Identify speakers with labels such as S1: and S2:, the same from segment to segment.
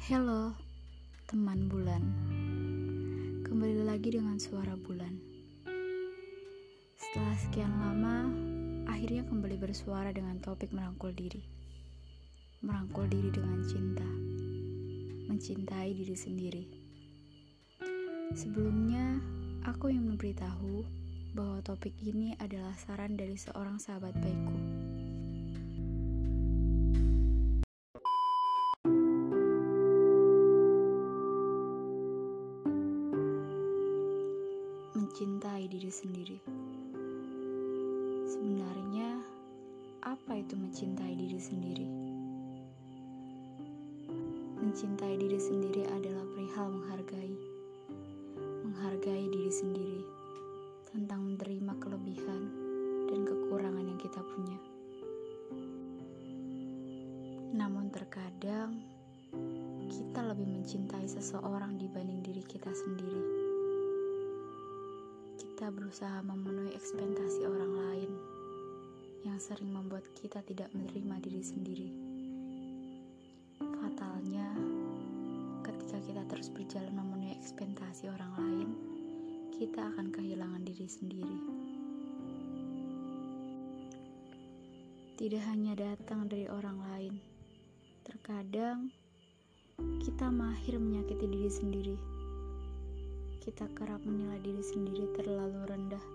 S1: Halo, teman bulan. Kembali lagi dengan suara bulan. Setelah sekian lama, akhirnya kembali bersuara dengan topik merangkul diri. Merangkul diri dengan cinta. Mencintai diri sendiri. Sebelumnya, aku ingin memberitahu bahwa topik ini adalah saran dari seorang sahabat baikku. Mencintai diri sendiri. Sebenarnya, apa itu mencintai diri sendiri? Mencintai diri sendiri adalah perihal menghargai diri sendiri, tentang menerima kelebihan dan kekurangan yang kita punya. Namun terkadang, kita lebih mencintai seseorang dibanding diri kita sendiri. Kita berusaha memenuhi ekspektasi orang lain yang sering membuat kita tidak menerima diri sendiri. Fatalnya, ketika kita terus berjalan memenuhi ekspektasi orang lain, kita akan kehilangan diri sendiri. Tidak hanya datang dari orang lain, terkadang kita mahir menyakiti diri sendiri. Kita kerap menilai diri sendiri terlalu rendah,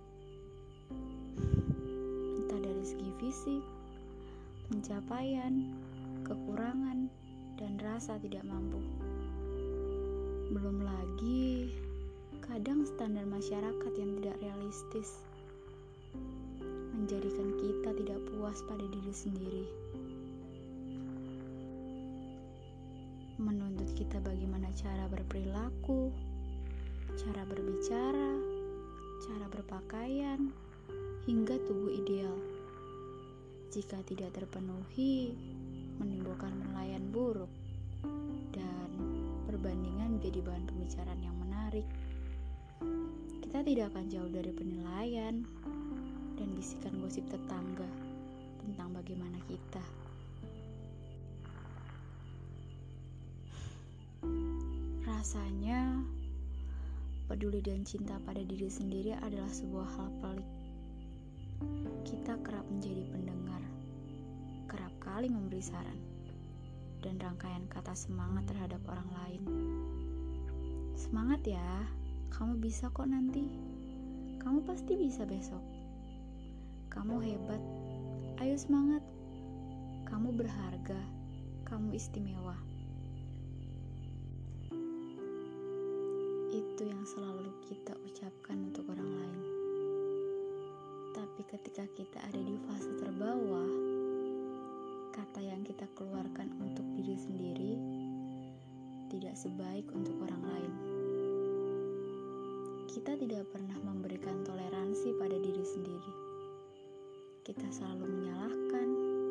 S1: entah dari segi fisik, pencapaian, kekurangan, dan rasa tidak mampu. Belum lagi, kadang standar masyarakat yang tidak realistis menjadikan kita tidak puas pada diri sendiri. Menuntut kita bagaimana cara berperilaku, cara berbicara, cara berpakaian, hingga tubuh ideal. Jika tidak terpenuhi, menimbulkan penilaian buruk, dan perbandingan menjadi bahan pembicaraan yang menarik. Kita tidak akan jauh dari penilaian dan bisikan gosip tetangga tentang bagaimana kita. Rasanya, peduli dan cinta pada diri sendiri adalah sebuah hal pelik. Kita kerap menjadi pendengar, kerap kali memberi saran, dan rangkaian kata semangat terhadap orang lain. Semangat ya, kamu bisa kok nanti. Kamu pasti bisa besok. Kamu hebat, ayo semangat. Kamu berharga, kamu istimewa. Itu yang selalu kita ucapkan untuk orang lain. Tapi ketika kita ada di fase terbawah, kata yang kita keluarkan untuk diri sendiri tidak sebaik untuk orang lain. Kita tidak pernah memberikan toleransi pada diri sendiri. Kita selalu menyalahkan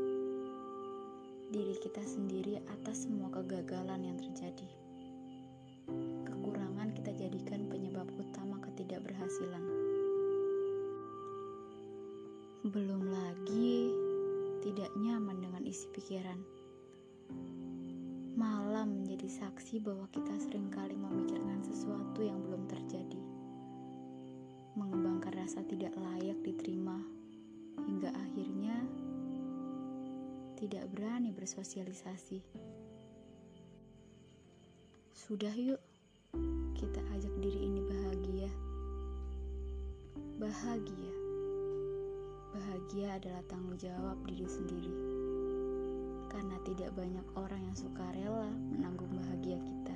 S1: diri kita sendiri atas semua kegagalan yang terjadi. Kekurangan kita jadikan penyebab utama ketidakberhasilan. Belum lagi tidak nyaman dengan isi pikiran. Malah menjadi saksi bahwa kita seringkali memikirkan sesuatu yang belum terjadi. Mengembangkan rasa tidak layak diterima, hingga akhirnya tidak berani bersosialisasi. Sudah yuk, kita ajak diri ini bahagia. Bahagia adalah tanggung jawab diri sendiri. Karena tidak banyak orang yang suka rela menanggung bahagia kita.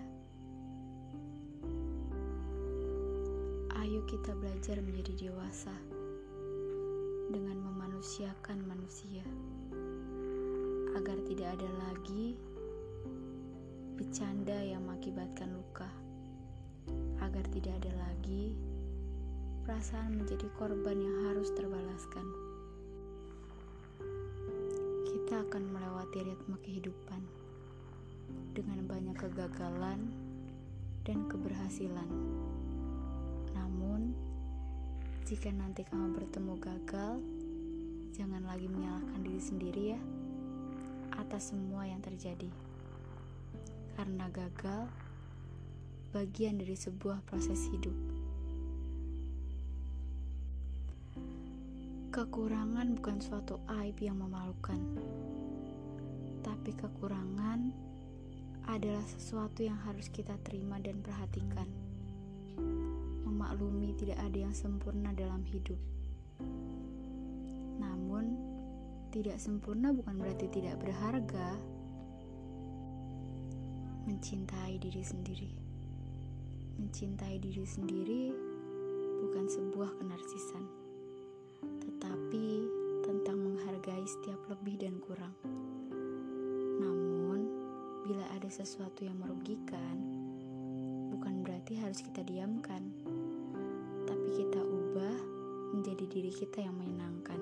S1: Ayo kita belajar menjadi dewasa dengan memanusiakan manusia, agar tidak ada lagi bercanda yang mengakibatkan luka, agar tidak ada lagi perasaan menjadi korban yang harus terbalaskan. Kita akan melewati ritme kehidupan dengan banyak kegagalan dan keberhasilan. Namun, jika nanti kamu bertemu gagal, jangan lagi menyalahkan diri sendiri ya atas semua yang terjadi. karena gagal bagian dari sebuah proses hidup. Kekurangan bukan suatu aib yang memalukan, tapi kekurangan adalah sesuatu yang harus kita terima dan perhatikan. Memaklumi tidak ada yang sempurna dalam hidup. Namun, tidak sempurna bukan berarti tidak berharga. Mencintai diri sendiri. Mencintai diri sendiri bukan sebuah kenarsisan, tetapi tentang menghargai setiap lebih dan kurang. Namun, bila ada sesuatu yang merugikan, bukan berarti harus kita diamkan, tapi kita ubah menjadi diri kita yang menyenangkan.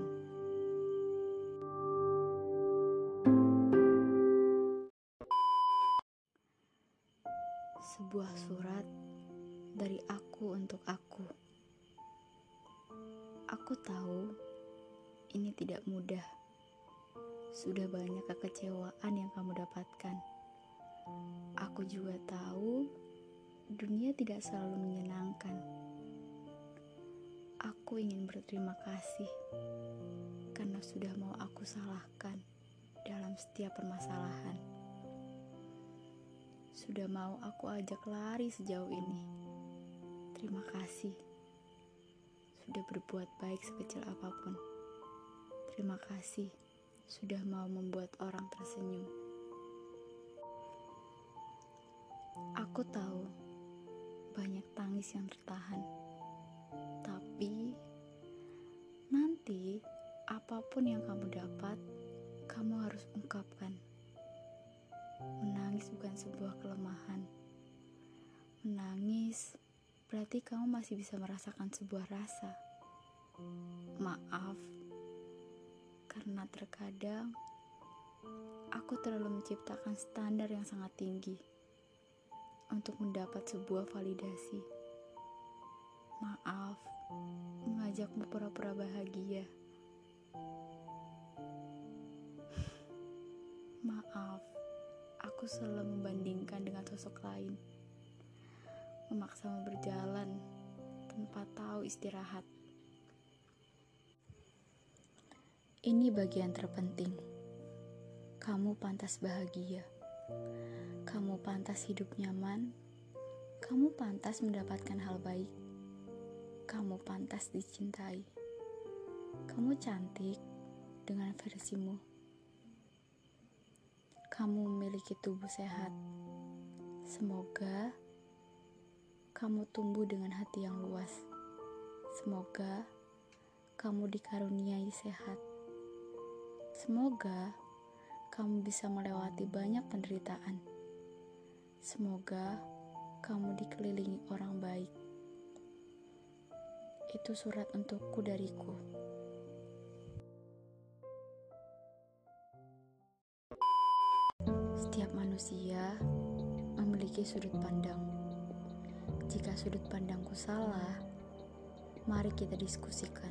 S1: Sebuah surat dari aku untuk aku. Aku tahu ini tidak mudah. Sudah banyak kekecewaan yang kamu dapatkan. Aku juga tahu dunia tidak selalu menyenangkan. Aku ingin berterima kasih karena sudah mau aku salahkan dalam setiap permasalahan. Sudah mau aku ajak lari sejauh ini. Terima kasih. Sudah berbuat baik sekecil apapun. Terima kasih sudah mau membuat orang tersenyum. Aku tahu banyak tangis yang tertahan. Tapi nanti apapun yang kamu dapat, kamu harus ungkapkan. Menangis bukan sebuah kelemahan. Menangis berarti kamu masih bisa merasakan sebuah rasa. Maaf, karena terkadang aku terlalu menciptakan standar yang sangat tinggi untuk mendapat sebuah validasi. Maaf, mengajakmu pura-pura bahagia. Maaf, aku selalu membandingkan dengan sosok lain, memaksamu berjalan tanpa tahu istirahat. Ini bagian terpenting. Kamu pantas bahagia. Kamu pantas hidup nyaman. Kamu pantas mendapatkan hal baik. Kamu pantas dicintai. Kamu cantik dengan versimu. Kamu memiliki tubuh sehat. Semoga kamu tumbuh dengan hati yang luas. Semoga kamu dikaruniai sehat. Semoga kamu bisa melewati banyak penderitaan. Semoga kamu dikelilingi orang baik. Itu surat untukku dariku. Setiap manusia memiliki sudut pandang. Jika sudut pandangku salah, mari kita diskusikan.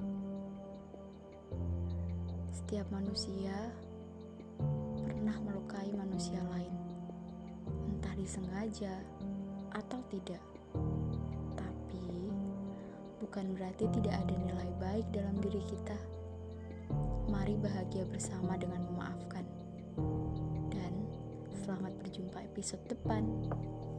S1: Setiap manusia pernah melukai manusia lain, entah disengaja atau tidak. Tapi bukan berarti tidak ada nilai baik dalam diri kita. Mari bahagia bersama dengan memaafkan. Dan selamat berjumpa episode depan.